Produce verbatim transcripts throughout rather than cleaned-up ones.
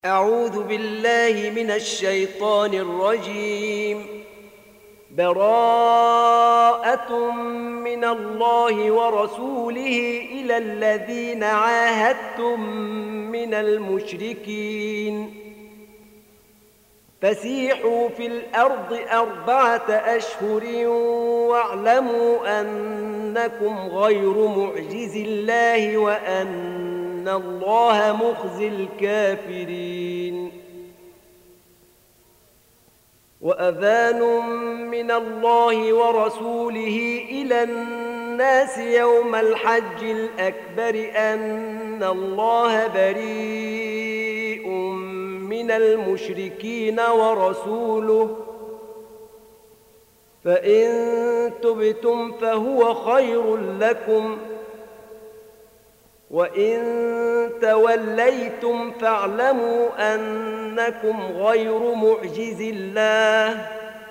أعوذ بالله من الشيطان الرجيم. براءة من الله ورسوله إلى الذين عاهدتم من المشركين فسيحوا في الأرض أربعة أشهر واعلموا أنكم غير معجز الله وأن الله مخزي الكافرين. وأذان من الله ورسوله إلى الناس يوم الحج الأكبر أن الله بريء من المشركين ورسوله فإن تبتم فهو خير لكم وإن توليتم فاعلموا أنكم غير معجز الله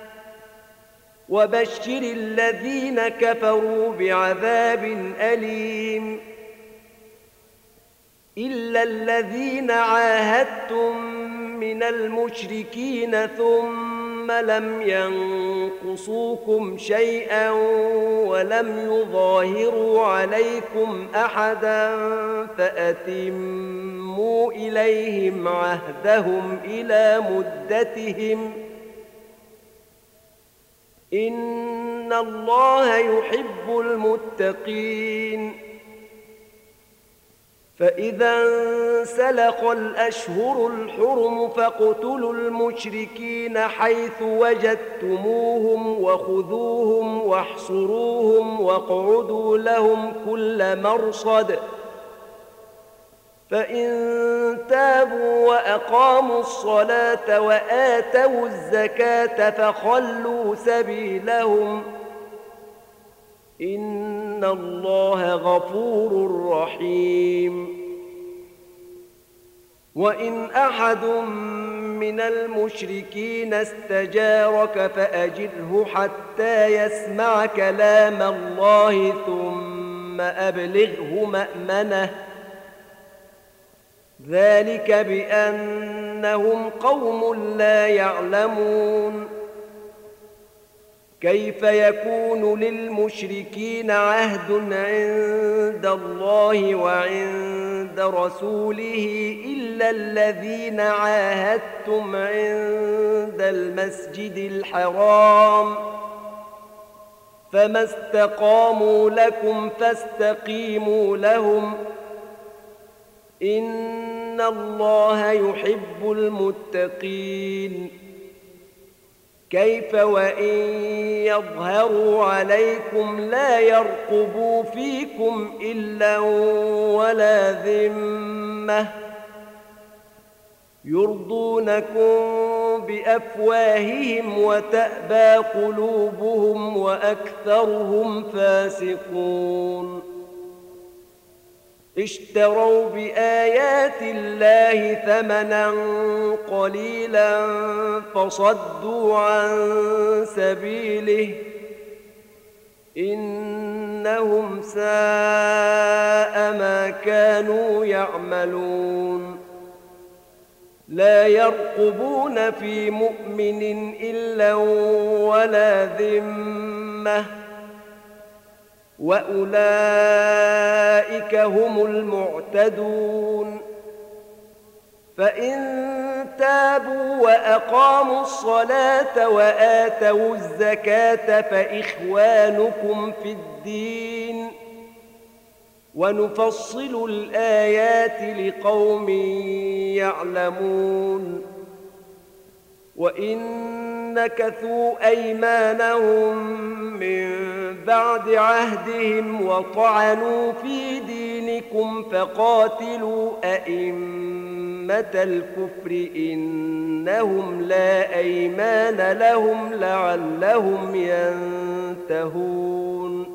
وبشر الذين كفروا بعذاب أليم. إلا الذين عاهدتم من المشركين ثم لم ينقصوكم شيئا ولم يظاهروا عليكم أحدا فأتموا إليهم عهدهم إلى مدتهم إن الله يحب المتقين. فإذا انسلخ الأشهر الحرم فاقتلوا المشركين حيث وجدتموهم وخذوهم واحصروهم واقعدوا لهم كل مرصد فإن تابوا وأقاموا الصلاة وآتوا الزكاة فخلوا سبيلهم إن الله غفور رحيم. وإن أحد من المشركين استجارك فأجره حتى يسمع كلام الله ثم أبلغه مأمنه ذلك بأنهم قوم لا يعلمون. كيف يكون للمشركين عهد عند الله وعند رسوله إلا الذين عاهدتم عند المسجد الحرام فما استقاموا لكم فاستقيموا لهم إن الله يحب المتقين. كيف وإن يظهروا عليكم لا يرقبوا فيكم إلا ولا ذمة يرضونكم بأفواههم وتأبى قلوبهم وأكثرهم فاسقون. اشتروا بآيات الله ثمنا قليلا فصدوا عن سبيله إنهم ساء ما كانوا يعملون. لا يرقبون في مؤمن إلا ولا ذمة وأولئك هم المعتدون. فإن تابوا وأقاموا الصلاة وآتوا الزكاة فإخوانكم في الدين ونفصل الآيات لقوم يعلمون. وإن نكثوا أيمانهم من بعد عهدهم وطعنوا في دينكم فقاتلوا أئمة الكفر إنهم لا أيمان لهم لعلهم ينتهون.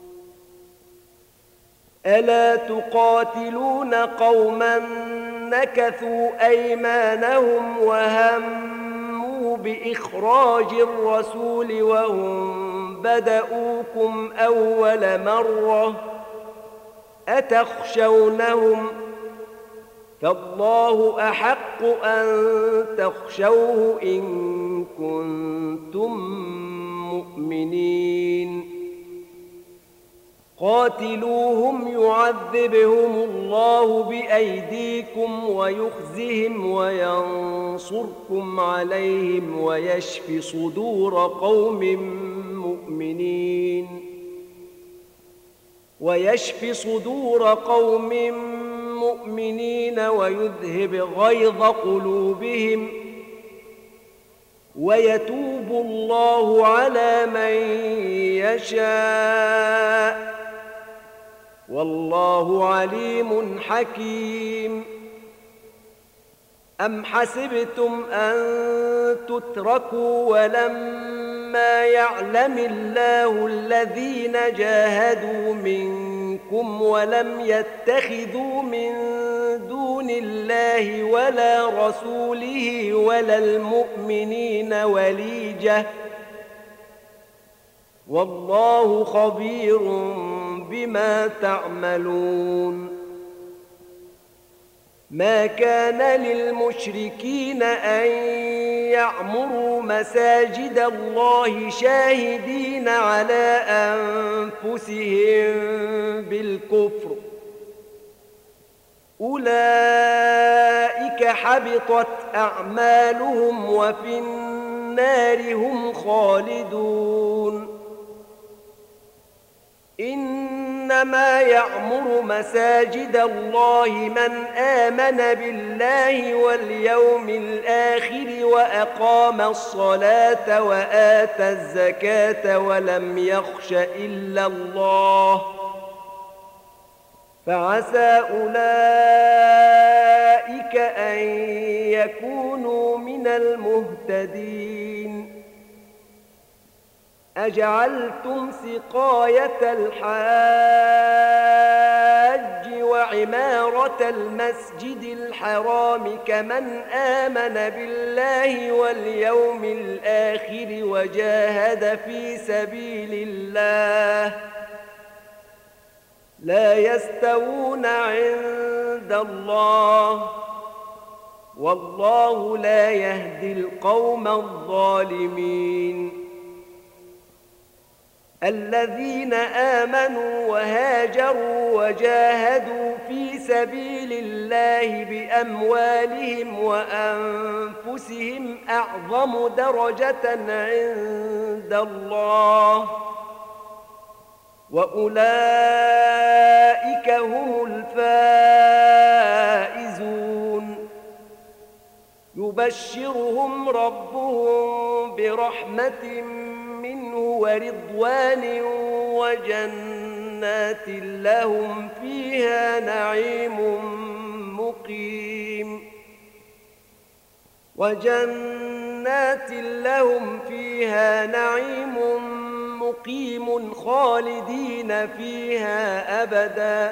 ألا تقاتلون قوما نكثوا أيمانهم وهموا بإخراج الرسول وهم بدؤوكم أول مرة أتخشونهم فالله أحق أن تخشوه إن كنتم مؤمنين قاتلوهم يعذبهم الله بأيديكم ويخزهم وينصركم عليهم ويشف صدور قوم مؤمنين ويشف صدور قوم مؤمنين ويذهب غيظ قلوبهم ويتوب الله على من يشاء والله عليم حكيم أم حسبتم أن تتركوا ولما يعلم الله الذين جاهدوا منكم ولم يتخذوا من دون الله ولا رسوله ولا المؤمنين وليجة والله خبير بما تعملون ما كان للمشركين أن يعمروا مساجد الله شاهدين على أنفسهم بالكفر أولئك حبطت أعمالهم وفي النار هم خالدون إنما يعمر مساجد الله من آمن بالله واليوم الآخر وأقام الصلاة وآتى الزكاة ولم يخش إلا الله فعسى أولئك أن يكونوا من المهتدين أجعلتم سقاية الحاج وعمارة المسجد الحرام كمن آمن بالله واليوم الآخر وجاهد في سبيل الله لا يستوون عند الله والله لا يهدي القوم الظالمين الذين آمنوا وهاجروا وجاهدوا في سبيل الله بأموالهم وأنفسهم أعظم درجة عند الله وأولئك هم الفائزون يبشرهم ربهم برحمة منه ورضوان وجنات لهم فيها نعيم مقيم وجنات لهم فيها نعيم مقيم خالدين فيها أبدا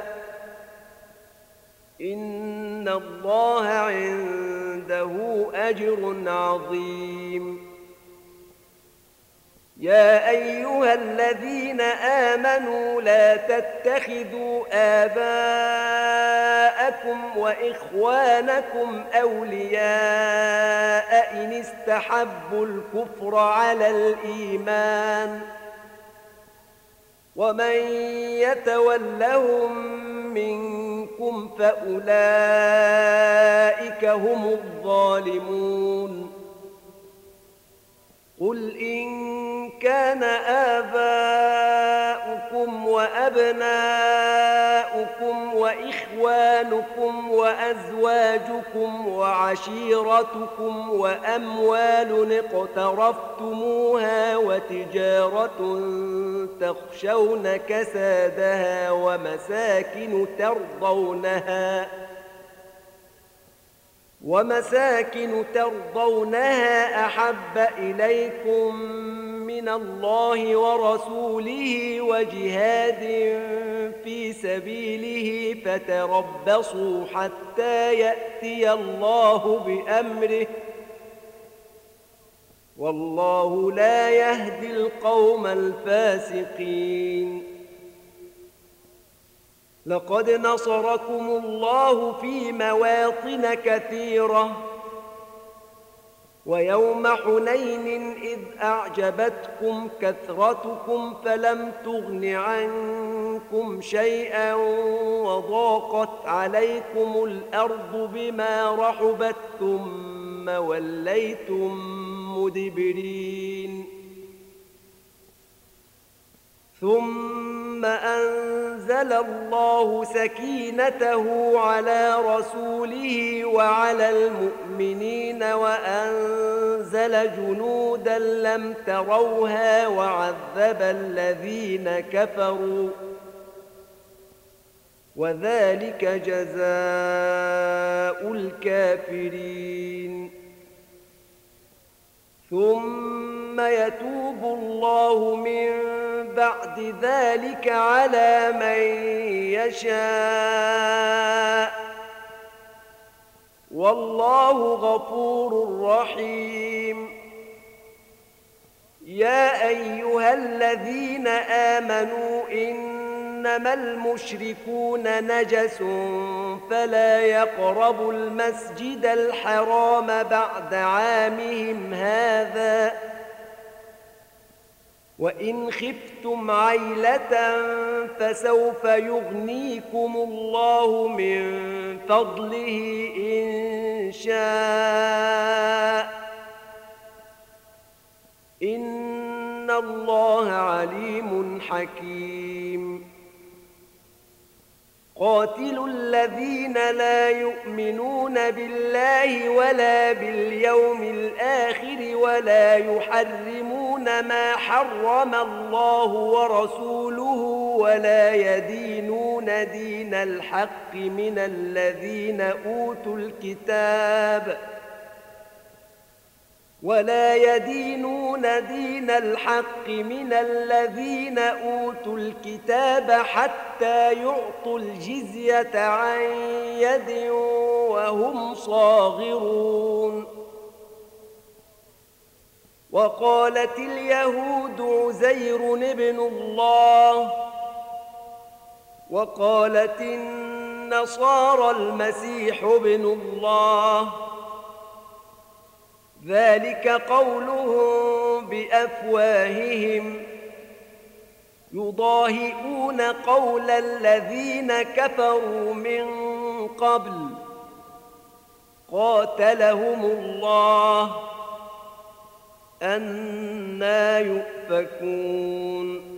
إن الله عنده أجر عظيم يا أيها الذين آمنوا لا تتخذوا آباءكم وإخوانكم أولياء إن استحبوا الكفر على الإيمان ومن يتولهم منكم فأولئك هم الظالمون قل إن كان آباؤكم وأبناؤكم وإخوانكم وأزواجكم وعشيرتكم وأموال اقترفتموها وتجارة تخشون كسادها ومساكن ترضونها ومساكن ترضونها أحب إليكم من الله ورسوله وجهاد في سبيله فتربصوا حتى يأتي الله بأمره والله لا يهدي القوم الفاسقين لقد نصركم الله في مواطن كثيرة ويوم حنين إذ أعجبتكم كثرتكم فلم تغن عنكم شيئا وضاقت عليكم الأرض بما رحبت ثم وليتم مدبرين ثم أنزل الله سكينته على رسوله وعلى المؤمنين وأنزل جنودا لم تروها وعذب الذين كفروا وذلك جزاء الكافرين ثم يتوب الله من بعد ذلك على من يشاء والله غفور رحيم يا أيها الذين آمنوا إنما المشركون نجس فلا يقربوا المسجد الحرام بعد عامهم هذا وإن خفتم عيلة فسوف يغنيكم الله من فضله إن شاء إن الله عليم حكيم قاتلوا الذين لا يؤمنون بالله ولا باليوم الآخر ولا يحرمون ما حرم الله ورسوله ولا يدينون دين الحق من الذين أوتوا الكتاب ولا يدينون دين الحق من الذين أوتوا الكتاب حتى يعطوا الجزية عن يد وهم صاغرون وقالت اليهود عزير ابن الله وقالت النصارى المسيح ابن الله ذلك قولهم بأفواههم يضاهئون قول الذين كفروا من قبل قاتلهم الله أنى يؤفكون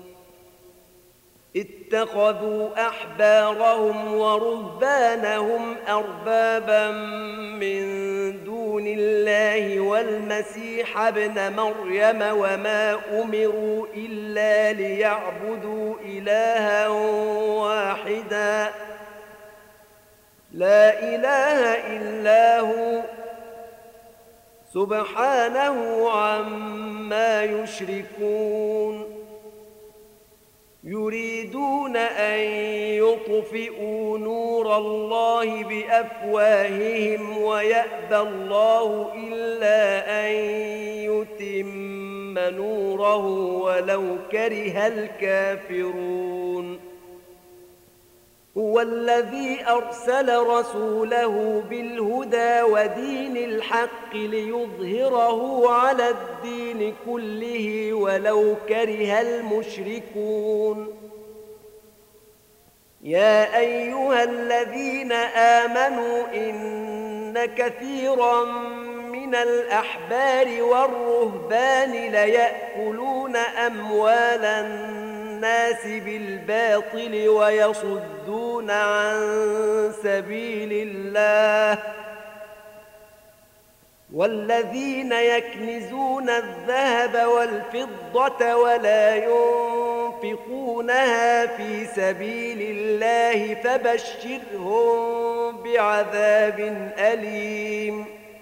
اتخذوا أحبارهم ورهبانهم أربابا من دون الله والمسيح ابن مريم وما أمروا إلا ليعبدوا إلها واحدا لا إله إلا هو سبحانه عما يشركون يريدون أن يطفئوا نور الله بأفواههم ويأبى الله إلا أن يتم نوره ولو كره الكافرون هو الذي أرسل رسوله بالهدى ودين الحق ليظهره على الدين كله ولو كره المشركون يا أيها الذين آمنوا إن كثيرا من الأحبار والرهبان ليأكلون أموال الناس بالباطل ويصدون عن سبيل الله والذين يكنزون الذهب والفضة ولا ينفقونها في سبيل الله فبشرهم بعذاب أليم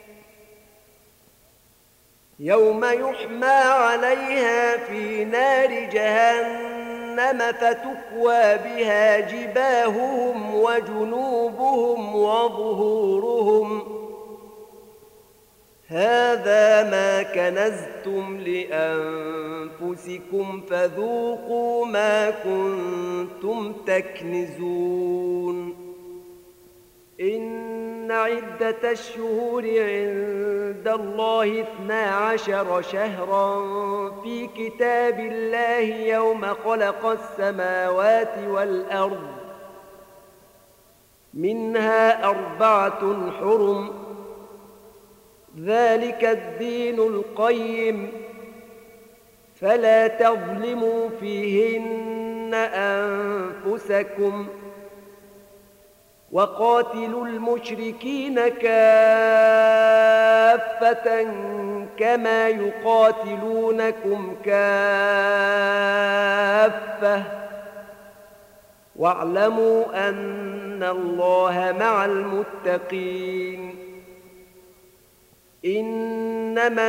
يوم يحمى عليها في نار جهنم فتكوى بها جباههم وجنوبهم وظهورهم هذا ما كنزتم لأنفسكم فذوقوا ما كنتم تكنزون إن عدة الشهور عند الله اثنا عشر شهرا في كتاب الله يوم خلق السماوات والأرض منها أربعة حرم ذلك الدين القيم فلا تظلموا فيهن أنفسكم وقاتلوا المشركين كافة كما يقاتلونكم كافة واعلموا أن الله مع المتقين إنما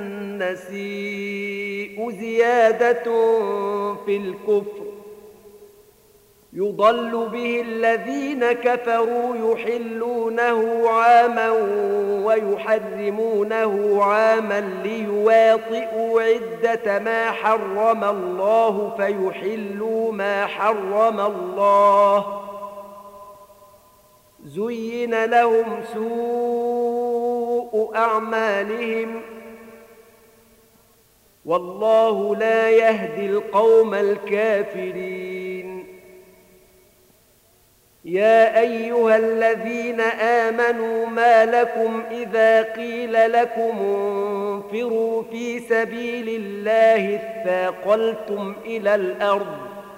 النسيء زيادة في الكفر يضل به الذين كفروا يحلونه عاما ويحرمونه عاما ليواطئوا عدة ما حرم الله فيحلوا ما حرم الله زين لهم سوء أعمالهم والله لا يهدي القوم الكافرين يا أيها الذين آمنوا ما لكم إذا قيل لكم انفروا في سبيل الله اثاقلتم إلى الأرض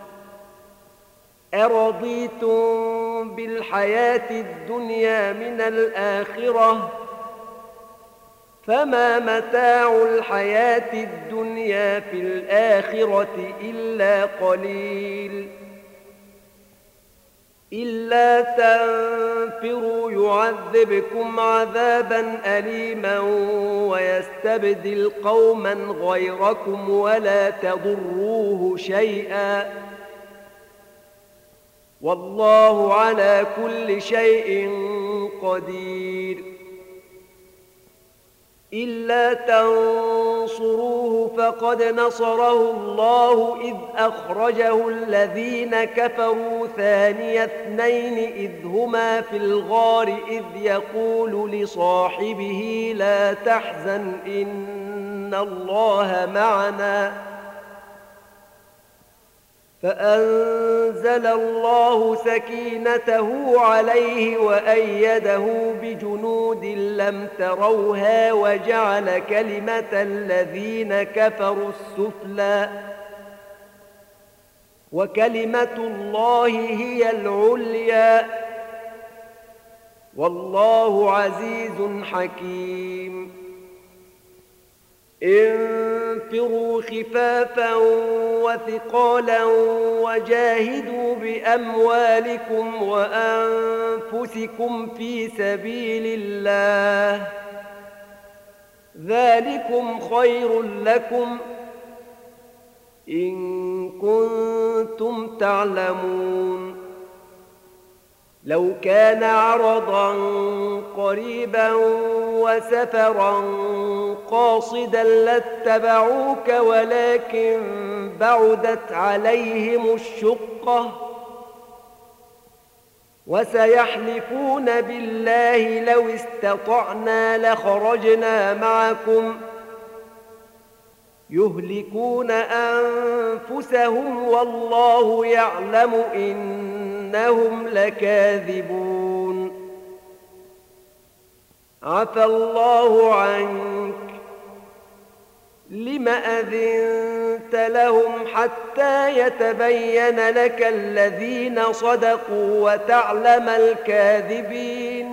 أرضيتم بالحياة الدنيا من الآخرة فما متاع الحياة الدنيا في الآخرة إلا قليل إلا تنفروا يعذبكم عذابا أليما ويستبدل قوما غيركم ولا تضروه شيئا والله على كل شيء قدير إلا تنصروه فقد نصره الله إذ أخرجه الذين كفروا ثاني اثنين إذ هما في الغار إذ يقول لصاحبه لا تحزن إن الله معنا فأنزل الله سكينته عليه وأيده بجنود لم تروها وجعل كلمة الذين كفروا السفلى وكلمة الله هي العليا والله عزيز حكيم انفروا خفافا وثقالا وجاهدوا بأموالكم وأنفسكم في سبيل الله ذلكم خير لكم إن كنتم تعلمون لو كان عرضا قريبا وسفرا قاصدا لاتبعوك ولكن بعدت عليهم الشقة وسيحلفون بالله لو استطعنا لخرجنا معكم يهلكون أنفسهم والله يعلم إنهم لكاذبون عفى الله عنك لم أذنت لهم حتى يتبين لك الذين صدقوا وتعلم الكاذبين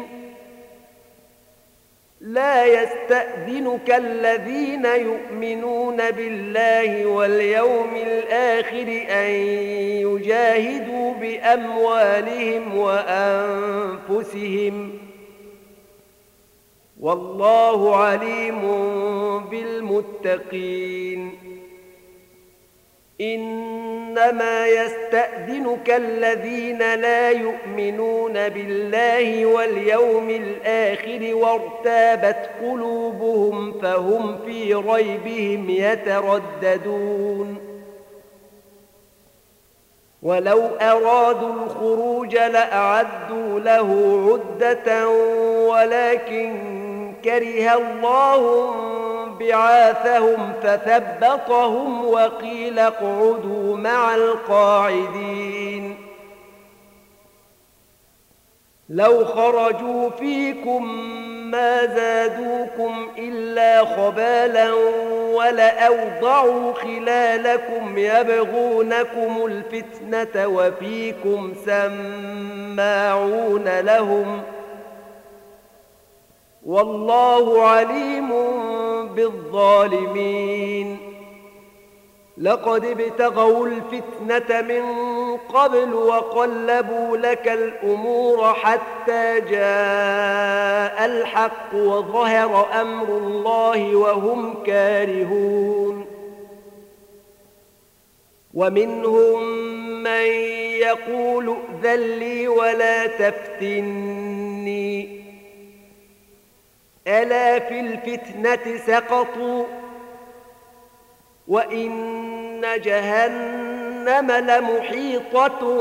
لا يستأذنك الذين يؤمنون بالله واليوم الآخر أن يجاهدوا بأموالهم وأنفسهم والله عليم بالمتقين إنما يستأذنك الذين لا يؤمنون بالله واليوم الآخر وارتابت قلوبهم فهم في ريبهم يترددون ولو أرادوا الخروج لأعدوا له عدة ولكن كره الله بعاثهم فثبطهم وقيل اقعدوا مع القاعدين لو خرجوا فيكم ما زادوكم إلا خبالا ولأوضعوا خلالكم يبغونكم الفتنة وفيكم سماعون لهم والله عليم بالظالمين لقد ابتغوا الفتنة من قبل وقلبوا لك الأمور حتى جاء الحق وظهر أمر الله وهم كارهون ومنهم من يقول ائذن لي ولا تفتني ألا في الفتنة سقطوا وإن جهنم لمحيطة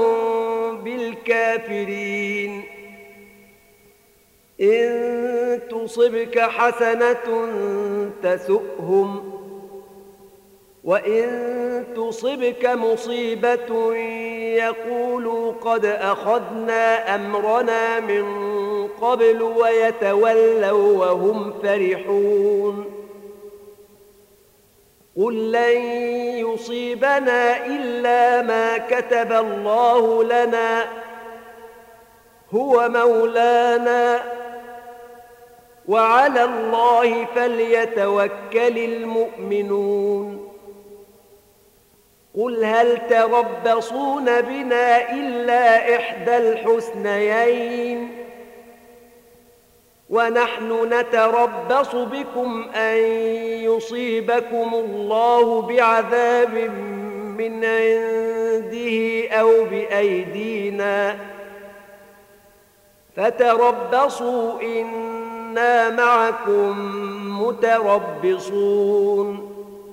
بالكافرين إن تصبك حسنة تسؤهم وإن تصبك مصيبة يقولوا قد أخذنا أمرنا من قبل ويتولوا وهم فرحون قل لن يصيبنا إلا ما كتب الله لنا هو مولانا وعلى الله فليتوكل المؤمنون قل هل تربصون بنا إلا إحدى الحسنيين ونحن نتربص بكم أن يصيبكم الله بعذاب من عنده أو بأيدينا فتربصوا إنا معكم متربصون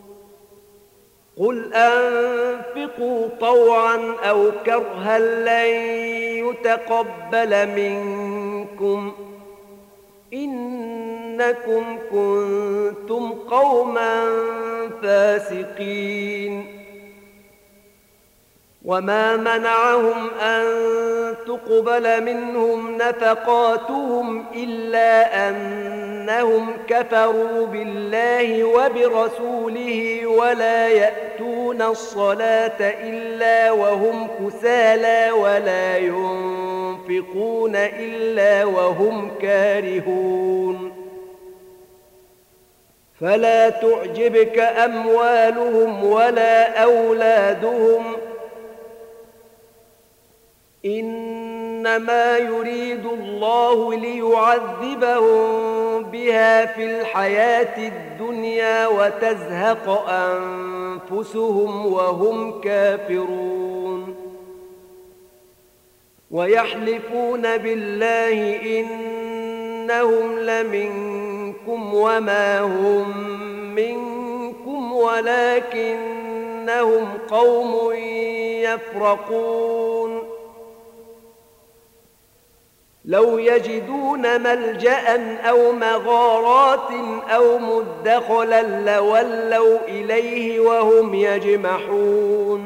قل أنفقوا طوعا أو كرها لن يتقبل منكم إنكم كنتم قوما فاسقين وما منعهم أن تقبل منهم نفقاتهم إلا أنهم كفروا بالله وبرسوله ولا يأتون الصلاة إلا وهم كسالى ولا ينفقون إلا وهم كارهون فلا تعجبك أموالهم ولا أولادهم إنما يريد الله ليعذبهم بها في الحياة الدنيا وتزهق أنفسهم وهم كافرون ويحلفون بالله إنهم لمنكم وما هم منكم ولكنهم قوم يفرقون لو يجدون ملجأ أو مغارات أو مدخلا لولوا إليه وهم يجمحون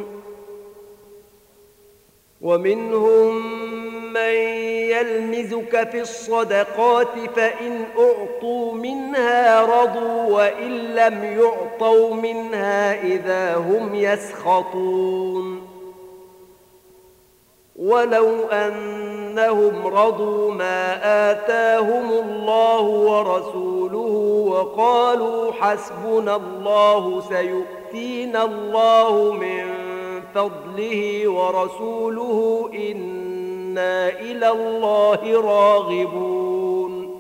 ومنهم من يلمزك في الصدقات فإن أعطوا منها رضوا وإن لم يعطوا منها إذا هم يسخطون ولو أنهم رضوا ما آتاهم الله ورسوله وقالوا حسبنا الله سيؤتينا الله من فضله ورسوله إنا إلى الله راغبون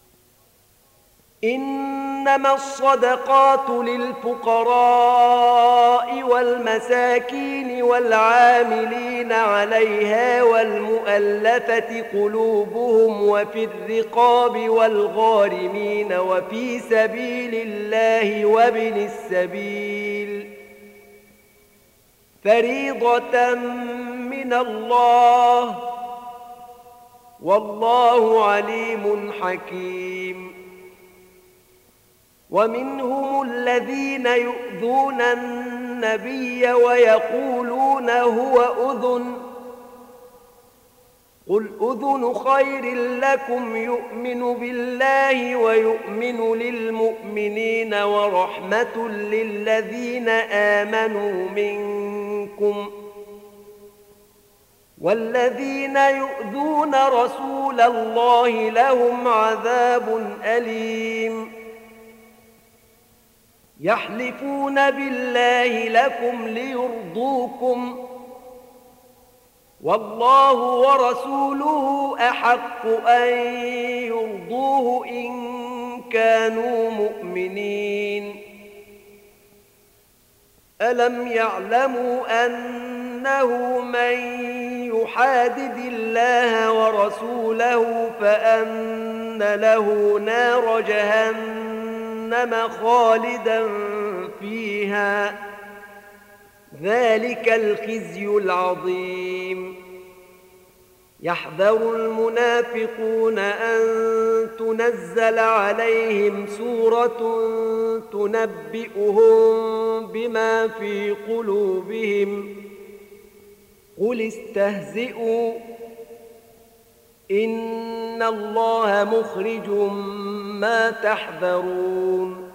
إنما الصدقات للفقراء والمساكين والعاملين عليها والمؤلفة قلوبهم وفي الرقاب والغارمين وفي سبيل الله وابن السبيل فريضة من الله والله عليم حكيم. ومنهم الذين يؤذون النبي ويقولون هو أذن قل أذن خير لكم يؤمن بالله ويؤمن للمؤمنين ورحمة للذين آمنوا منكم والذين يؤذون رسول الله لهم عذاب أليم. يحلفون بالله لكم ليرضوكم والله ورسوله أحق أن يرضوه إن كانوا مؤمنين. ألم يعلموا أنه من يحادد الله ورسوله فأن له نار جهنم خالدا فيها ذلك الخزي العظيم. يحذر المنافقون أن تنزل عليهم سورة تنبئهم بما في قلوبهم قل استهزئوا إن الله مخرج ما تحذرون.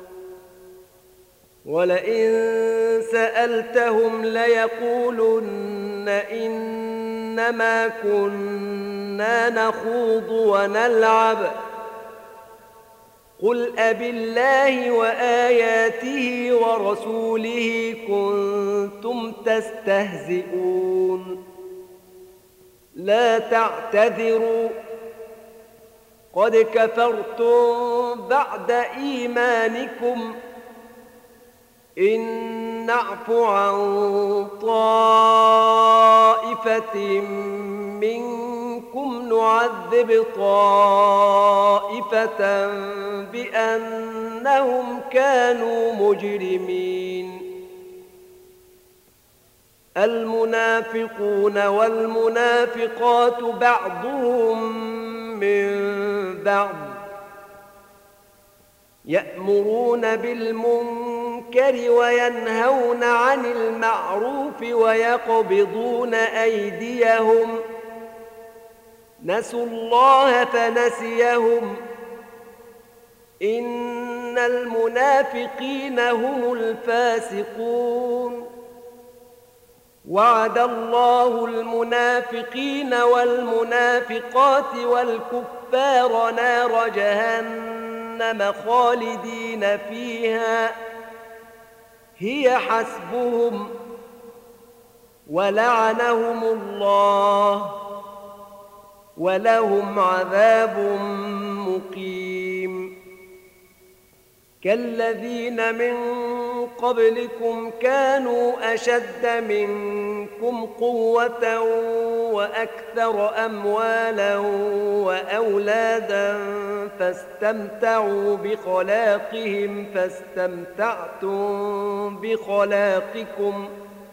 ولئن سألتهم ليقولن إنما كنا نخوض ونلعب قل أبالله وآياته ورسوله كنتم تستهزئون لا تعتذروا قد كفرتم بعد إيمانكم إن نعف عن طائفة منكم نعذب طائفة بأنهم كانوا مجرمين. المنافقون والمنافقات بعضهم من بعض يأمرون بالمنكر وينهون عن المعروف ويقبضون أيديهم نسوا الله فنسيهم إن المنافقين هم الفاسقون. وعد الله المنافقين والمنافقات والكفار نار جهنم خالدين فيها هي حسبهم ولعنهم الله ولهم عذاب مقيم. كالذين من قبلكم كانوا أشد منكم قوة وأكثر أموالا وأولادا فاستمتعوا بخلاقهم فاستمتعتم بخلاقكم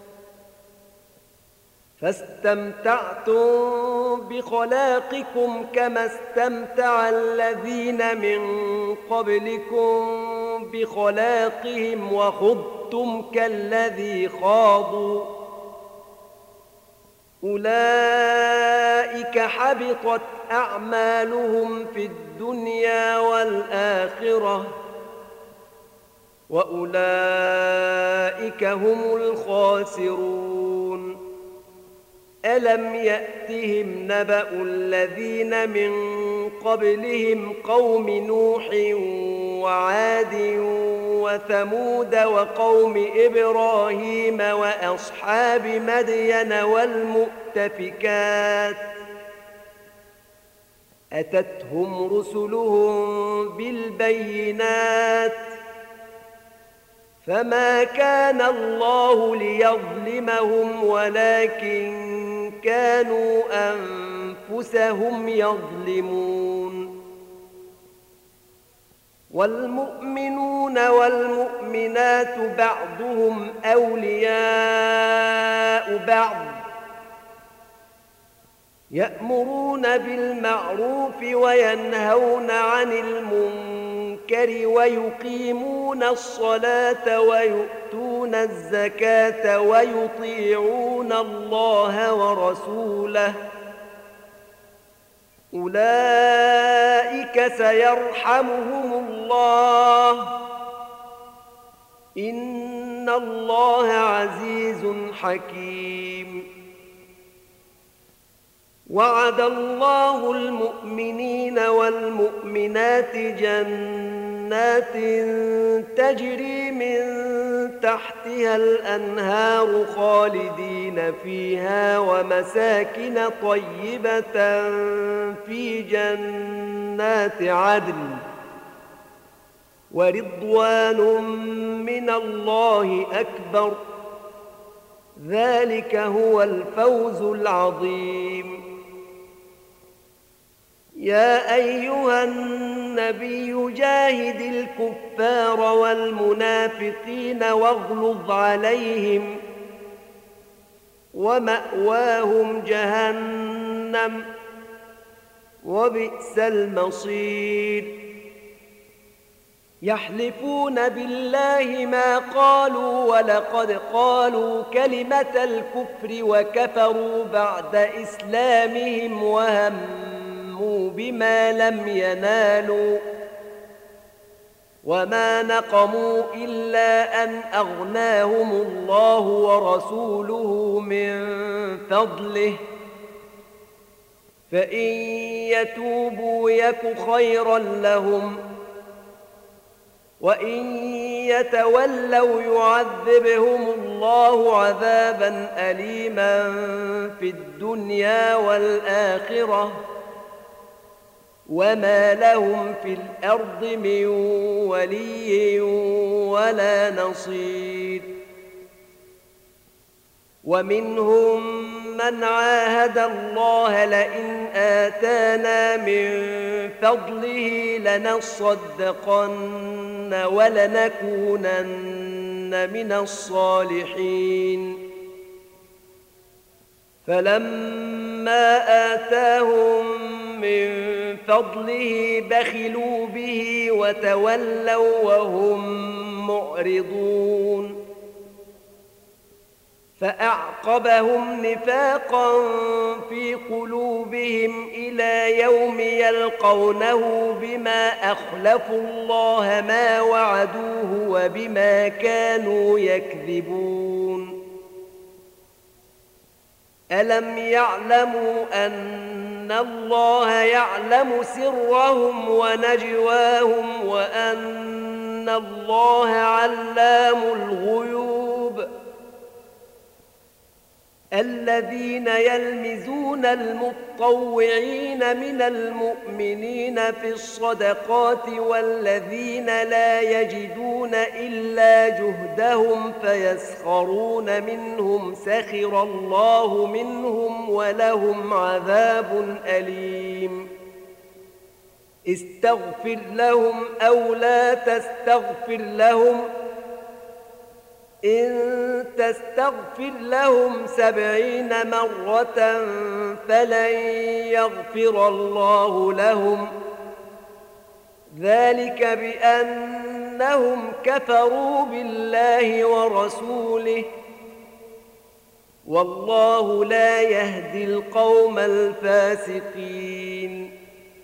فاستمتعتم بخلاقكم كما استمتع الذين من قبلكم بخلاقهم وخضتم كالذي خاضوا أولئك حبطت أعمالهم في الدنيا والآخرة وأولئك هم الخاسرون. ألم يأتهم نبأ الذين من قبلهم قوم نوح وعاد وثمود وقوم إبراهيم وأصحاب مدين والمؤتفكات أتتهم رسلهم بالبينات فما كان الله ليظلمهم ولكن كانوا أنفسهم يظلمون. والمؤمنون والمؤمنات بعضهم أولياء بعض يأمرون بالمعروف وينهون عن المنكر ويقيمون الصلاة ويؤتون الزكاة ويطيعون الله ورسوله أولئك سيرحمهم الله إن الله عزيز حكيم. وعد الله المؤمنين والمؤمنات جنات تجري من تحتها الأنهار خالدين فيها ومساكن طيبة في جنات عدن ورضوان من الله أكبر ذلك هو الفوز العظيم. يا أيها النبي جاهد الكفار والمنافقين واغلظ عليهم ومأواهم جهنم وبئس المصير. يحلفون بالله ما قالوا ولقد قالوا كلمة الكفر وكفروا بعد إسلامهم وهموا بما لم ينالوا وما نقموا إلا أن أغناهم الله ورسوله من فضله فإن يتوبوا يك خيرا لهم وإن يتولوا يعذبهم الله عذابا أليما في الدنيا والآخرة وما لهم في الأرض من ولي ولا نصير. ومنهم من عاهد الله لئن آتانا من فضله لنصدقن ولنكونن من الصالحين. فلما آتاهم من فضله بخلوا به وتولوا وهم معرضون. فأعقبهم نفاقا في قلوبهم إلى يوم يلقونه بما أخلفوا الله ما وعدوه وبما كانوا يكذبون. ألم يعلموا أن الله يعلم سرهم ونجواهم وأن الله علام الغيوب؟ الذين يلمزون المطوعين من المؤمنين في الصدقات والذين لا يجدون إلا جهدهم فيسخرون منهم سخر الله منهم ولهم عذاب أليم. استغفر لهم أو لا تستغفر لهم إن تستغفر لهم سبعين مرة فلن يغفر الله لهم ذلك بأنهم كفروا بالله ورسوله والله لا يهدي القوم الفاسقين.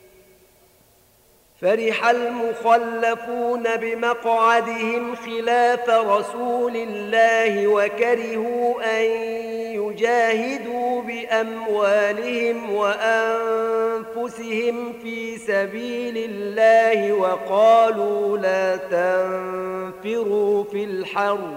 فرح المخلفون بمقعدهم خلاف رسول الله وكرهوا أن يجاهدوا بأموالهم وأنفسهم في سبيل الله وقالوا لا تنفروا في الحر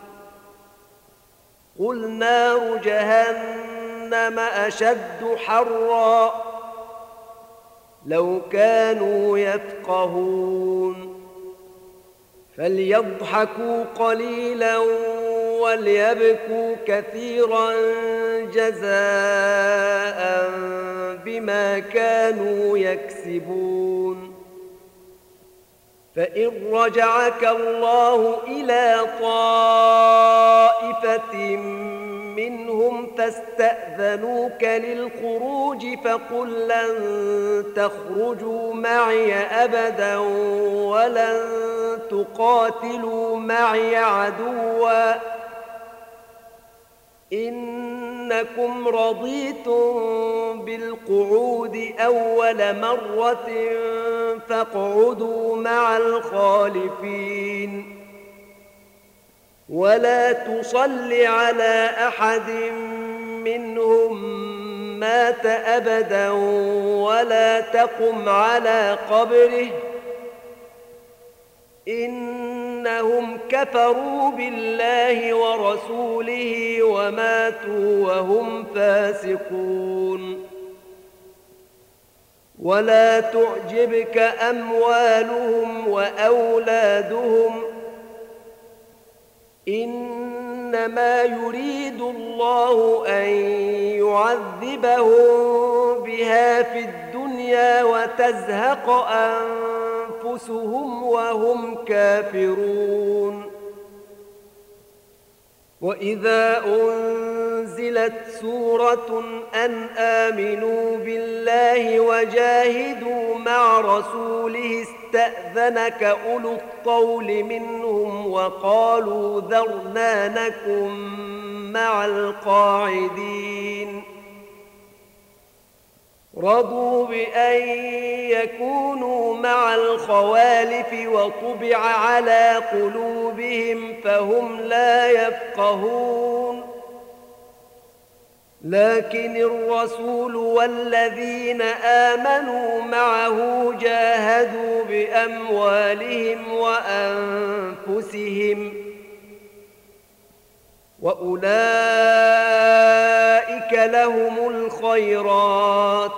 قل نار جهنم أشد حرا لو كانوا يفقهون. فليضحكوا قليلا وليبكوا كثيرا جزاء بما كانوا يكسبون. فإن رجعك الله إلى طائفة منهم فاستأذنوك للخروج فقل لن تخرجوا معي أبدا ولن تقاتلوا معي عدوا إنكم رضيتم بالقعود أول مرة فاقعدوا مع الخالفين ولا تصل على أحد منهم مات أبدا ولا تقم على قبره إنهم كفروا بالله ورسوله وماتوا وهم فاسقون. ولا تعجبك أموالهم وأولادهم إنما يريد الله أن يعذبهم بها في الدنيا وتزهق أنفسهم وهم كافرون. وإذا أنزلت سورة أن آمنوا بالله وجاهدوا مع رسوله استأذنك أولو الطول منهم وقالوا ذرنا نكن مع القاعدين رضوا بأن يكونوا مع الخوالف وطبع على قلوبهم فهم لا يفقهون. لكن الرسول والذين آمنوا معه جاهدوا بأموالهم وأنفسهم وأولئك لهم الخيرات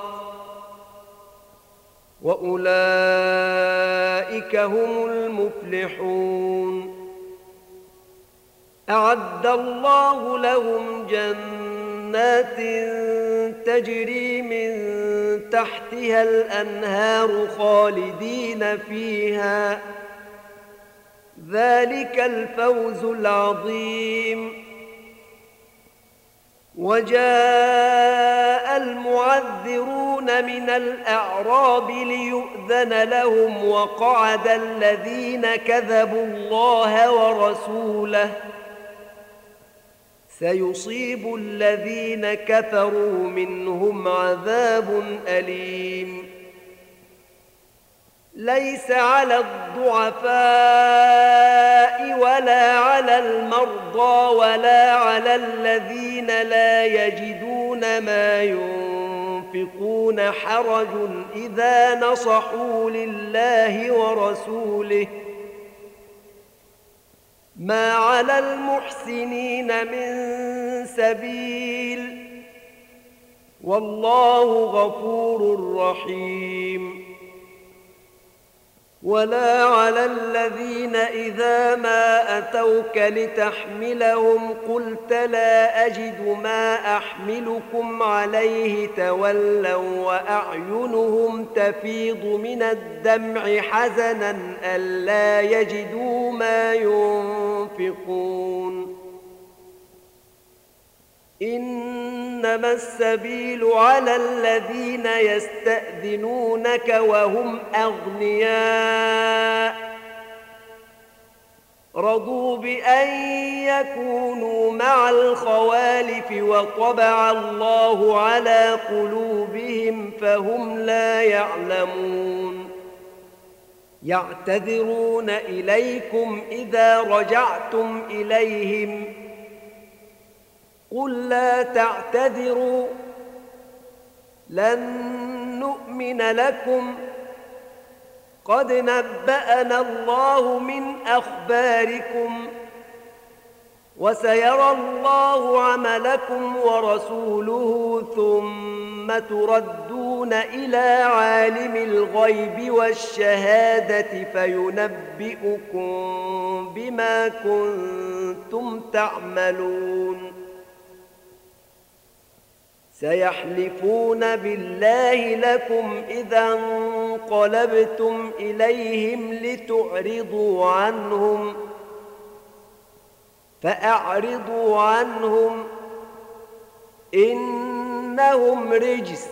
وأولئك هم المفلحون. أعد الله لهم جنات تجري من تحتها الأنهار خالدين فيها ذلك الفوز العظيم. وجاء المعذرون من الأعراب ليؤذن لهم وقعد الذين كذبوا الله ورسوله سيصيب الذين كفروا منهم عذاب أليم. ليس على الضعفاء ولا على المرضى ولا على الذين لا يجدون ما ينفقون حرج إذا نصحوا لله ورسوله ما على المحسنين من سبيل والله غفور رحيم. ولا على الذين إذا ما أتوك لتحملهم قلت لا أجد ما أحملكم عليه تولوا وأعينهم تفيض من الدمع حزنا ألا يجدوا ما ينفقون. إنما السبيل على الذين يستأذنونك وهم أغنياء رضوا بأن يكونوا مع الخوالف وطبع الله على قلوبهم فهم لا يعلمون. يعتذرون إليكم إذا رجعتم إليهم قل لا تعتذروا لن نؤمن لكم قد نبأنا الله من أخباركم وسيرى الله عملكم ورسوله ثم تردون وتردون إلى عالم الغيب والشهادة فينبئكم بما كنتم تعملون سيحلفون بالله لكم إذا انقلبتم إليهم لتعرضوا عنهم فأعرضوا عنهم إنهم رجس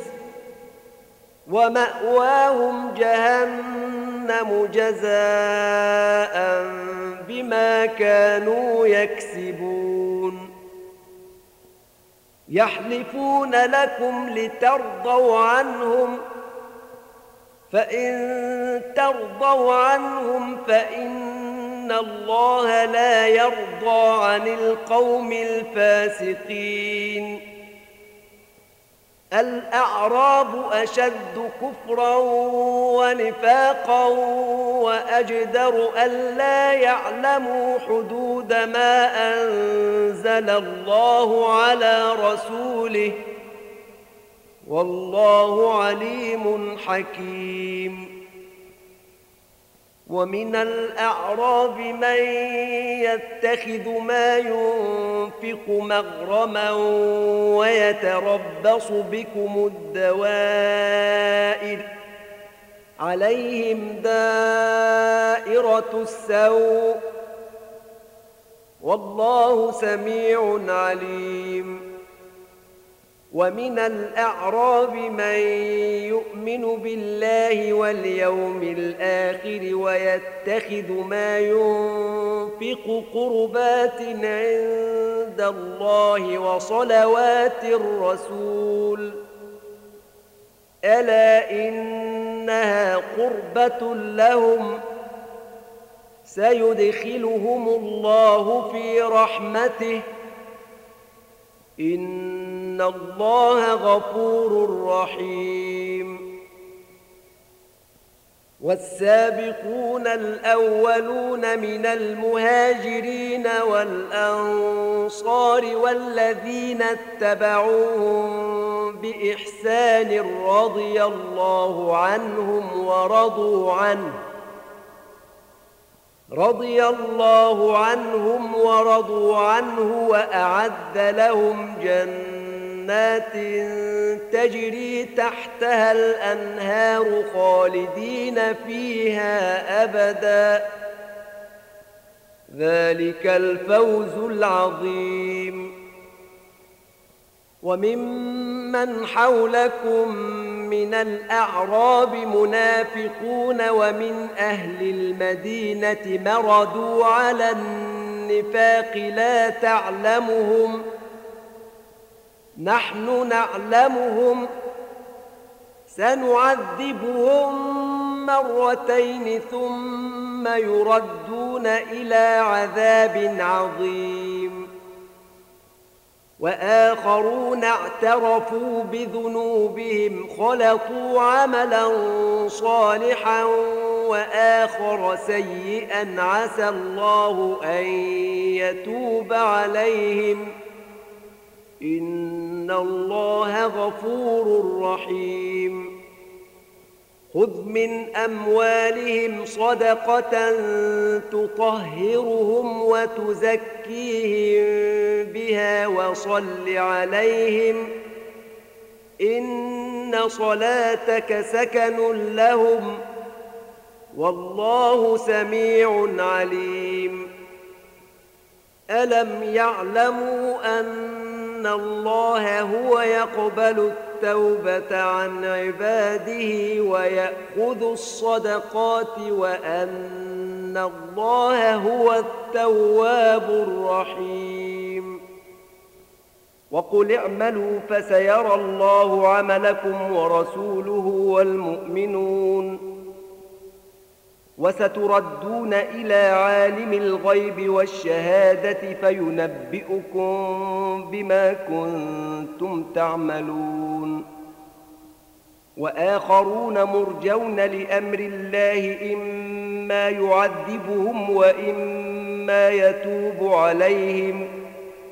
ومأواهم جهنم جزاء بما كانوا يكسبون يحلفون لكم لترضوا عنهم فإن ترضوا عنهم فإن الله لا يرضى عن القوم الفاسقين الأعراب أشد كفرا ونفاقا وأجدر ألا يعلموا حدود ما أنزل الله على رسوله والله عليم حكيم ومن الأعراب من يتخذ ما ينفق مغرما ويتربص بكم الدوائر عليهم دائرة السوء والله سميع عليم ومن الأعراب من يؤمن بالله واليوم الآخر ويتخذ ما ينفق قربات عند الله وصلوات الرسول ألا إنها قربة لهم سيدخلهم الله في رحمته إن الله غفور رحيم والسابقون الأولون من المهاجرين والأنصار والذين اتبعوهم بإحسان رضي الله عنهم ورضوا عنه رضي الله عنهم ورضوا عنه وأعد لهم جنات تجري تحتها الأنهار خالدين فيها أبدا ذلك الفوز العظيم وممن حولكم من الأعراب منافقون ومن أهل المدينة مردوا على النفاق لا تعلمهم نحن نعلمهم سنعذبهم مرتين ثم يردون إلى عذاب عظيم وآخرون اعترفوا بذنوبهم خلطوا عملا صالحا وآخر سيئا عسى الله أن يتوب عليهم إن الله غفور رحيم خذ من أموالهم صدقة تطهرهم وتزكيهم بها وصل عليهم إن صلاتك سكن لهم والله سميع عليم ألم يعلموا أن الله هو يقبل التوبة عن عباده ويأخذ الصدقات وأن الله هو التواب الرحيم وقل اعملوا فسيرى الله عملكم ورسوله والمؤمنون وستردون إلى عالم الغيب والشهادة فينبئكم بما كنتم تعملون وآخرون مرجون لأمر الله إما يعذبهم وإما يتوب عليهم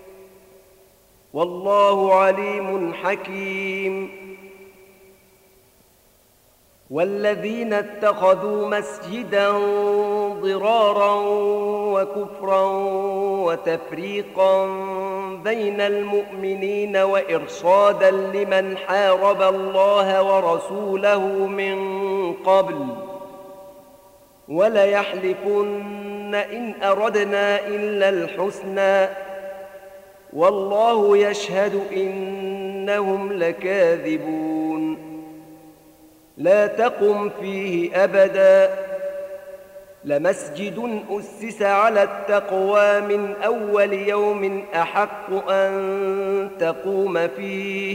والله عليم حكيم والذين اتخذوا مسجدا ضرارا وكفرا وتفريقا بين المؤمنين وإرصادا لمن حارب الله ورسوله من قبل وليحلفن إن أردنا إلا الحسنى والله يشهد إنهم لكاذبون لا تقم فيه أبدا لمسجد أسس على التقوى من أول يوم أحق أن تقوم فيه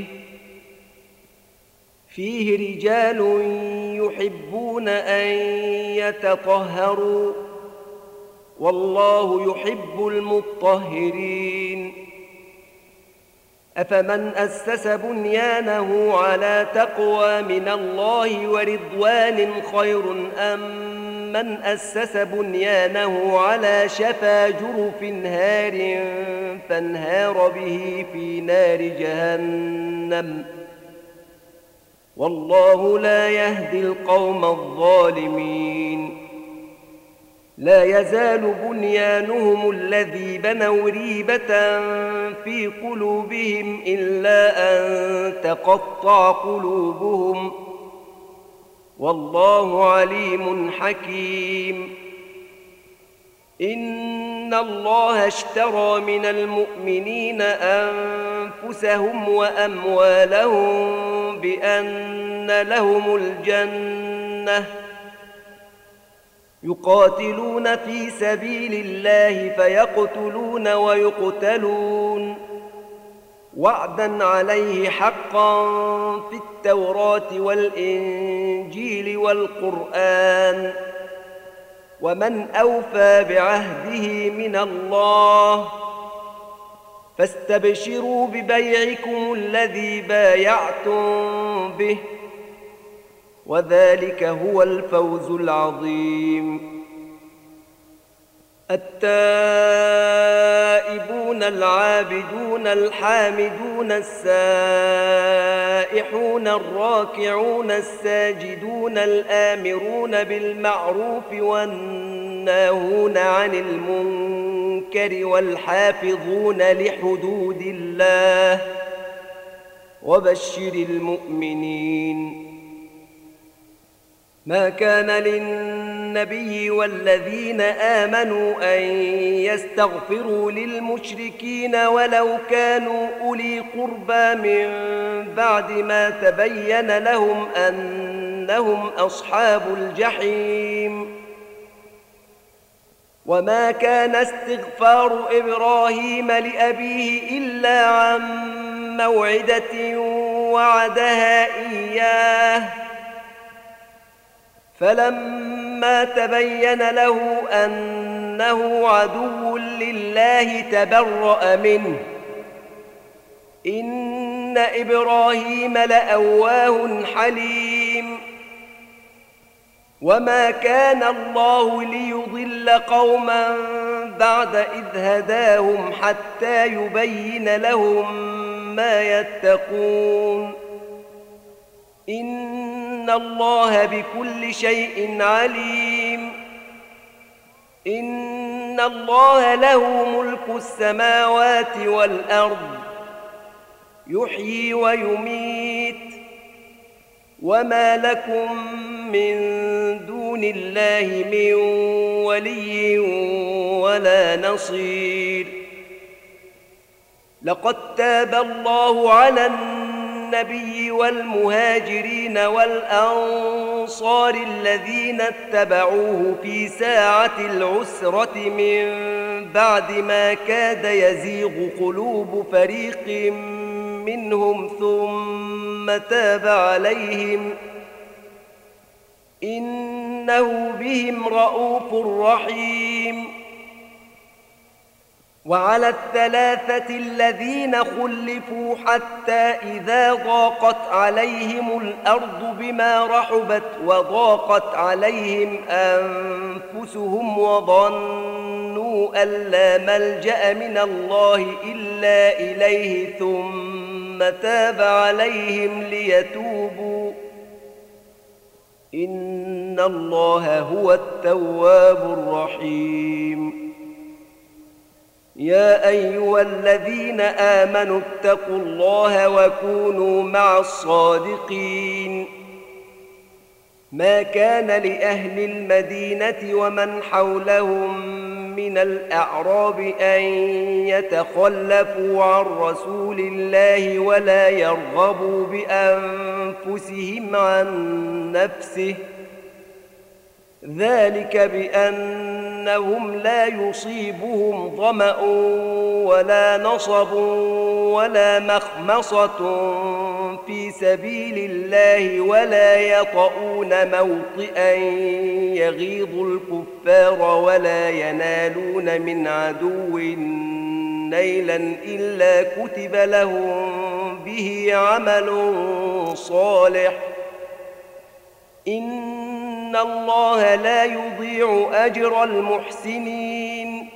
فيه رجال يحبون أن يتطهروا والله يحب المطهرين أفمن أسس بنيانه على تقوى من الله ورضوان خير أم من أسس بنيانه على شفا جرف هار فانهار به في نار جهنم والله لا يهدي القوم الظالمين لا يزال بنيانهم الذي بنوا ريبة في قلوبهم إلا أن تقطع قلوبهم والله عليم حكيم إن الله اشترى من المؤمنين أنفسهم وأموالهم بأن لهم الجنة يقاتلون في سبيل الله فيقتلون ويقتلون وعدا عليه حقا في التوراة والإنجيل والقرآن ومن أوفى بعهده من الله فاستبشروا ببيعكم الذي بايعتم به وذلك هو الفوز العظيم التائبون العابدون الحامدون السائحون الراكعون الساجدون الآمرون بالمعروف والناهون عن المنكر والحافظون لحدود الله وبشر المؤمنين ما كان للنبي والذين آمنوا أن يستغفروا للمشركين ولو كانوا أولي قربى من بعد ما تبين لهم أنهم أصحاب الجحيم وما كان استغفار إبراهيم لأبيه إلا عن موعدة وعدها إياه فلما تبين له أنه عدو لله تبرأ منه إن إبراهيم لأواه حليم وما كان الله ليضل قوما بعد إذ هداهم حتى يبين لهم ما يتقون إن الله بكل شيء عليم إن الله له ملك السماوات والأرض يحيي ويميت وما لكم من دون الله من ولي ولا نصير لقد تاب الله على النبي والمهاجرين والأنصار الذين اتبعوه في ساعة العسرة من بعد ما كاد يزيغ قلوب فريق منهم ثم تاب عليهم إنه بهم رءوف رحيم وعلى الثلاثة الذين خلفوا حتى إذا ضاقت عليهم الأرض بما رحبت وضاقت عليهم أنفسهم وظنوا أن لا ملجأ من الله إلا إليه ثم تاب عليهم ليتوبوا إن الله هو التواب الرحيم. يا أيها الذين آمنوا اتقوا الله وكونوا مع الصادقين. ما كان لأهل المدينة ومن حولهم من الأعراب أن يتخلفوا عن رسول الله ولا يرغبوا بأنفسهم عن نفسه، ذلك بأنهم لا يصيبهم ظمأ ولا نصب ولا مخمصة في سبيل الله ولا يطؤون موطئا يغيظ الكفار ولا ينالون من عدو نيلا إلا كتب لهم به عمل صالح. إن الله لا يضيع أجر المحسنين.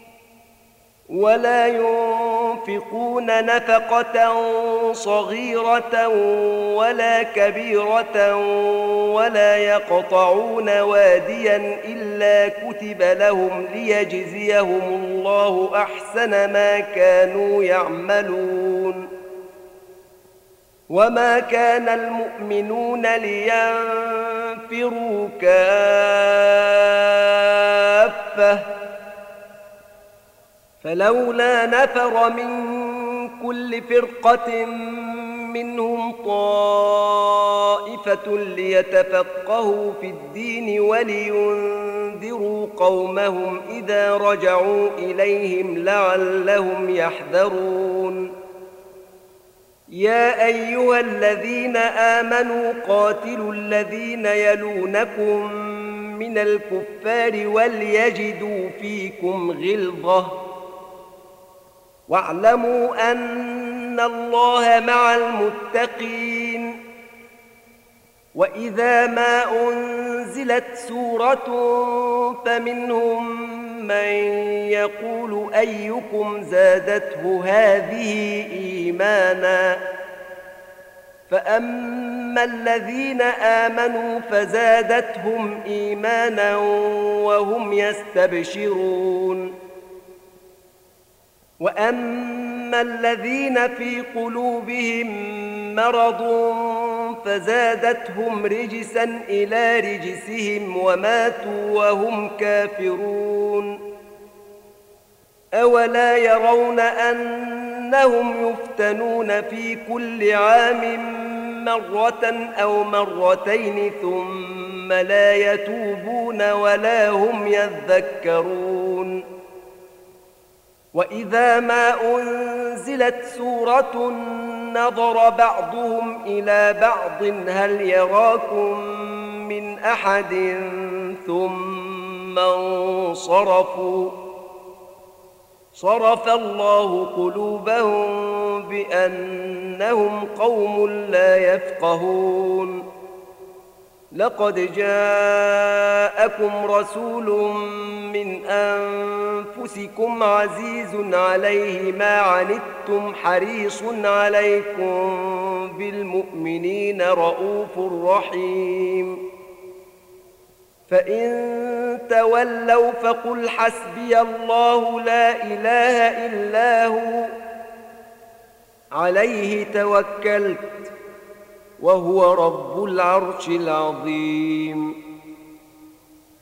ولا ينفقون نفقة صغيرة ولا كبيرة ولا يقطعون واديا إلا كتب لهم ليجزيهم الله أحسن ما كانوا يعملون. وما كان المؤمنون لينفروا كافة فلولا نفر من كل فرقة منهم طائفة ليتفقهوا في الدين ولينذروا قومهم إذا رجعوا إليهم لعلهم يحذرون. يا أيها الذين آمنوا قاتلوا الذين يلونكم من الكفار وليجدوا فيكم غلظة واعلموا أن الله مع المتقين. وإذا ما أنزلت سورة فمنهم من يقول أيكم زادته هذه إيمانا فأما الذين آمنوا فزادتهم إيمانا وهم يستبشرون. وأما الذين في قلوبهم مرض فزادتهم رجسا إلى رجسهم وماتوا وهم كافرون. أولا يرون أنهم يفتنون في كل عام مرة أو مرتين ثم لا يتوبون ولا هم يذكرون. وإذا ما أنزلت سورة نظر بعضهم إلى بعض هل يراكم من أحد ثم انصرفوا صرف الله قلوبهم بأنهم قوم لا يفقهون. لقد جاءكم رسول من أنفسكم عزيز عليه ما عنتم حريص عليكم بالمؤمنين رؤوف رحيم. فإن تولوا فقل حسبي الله لا إله إلا هو عليه توكلت وهو رب العرش العظيم.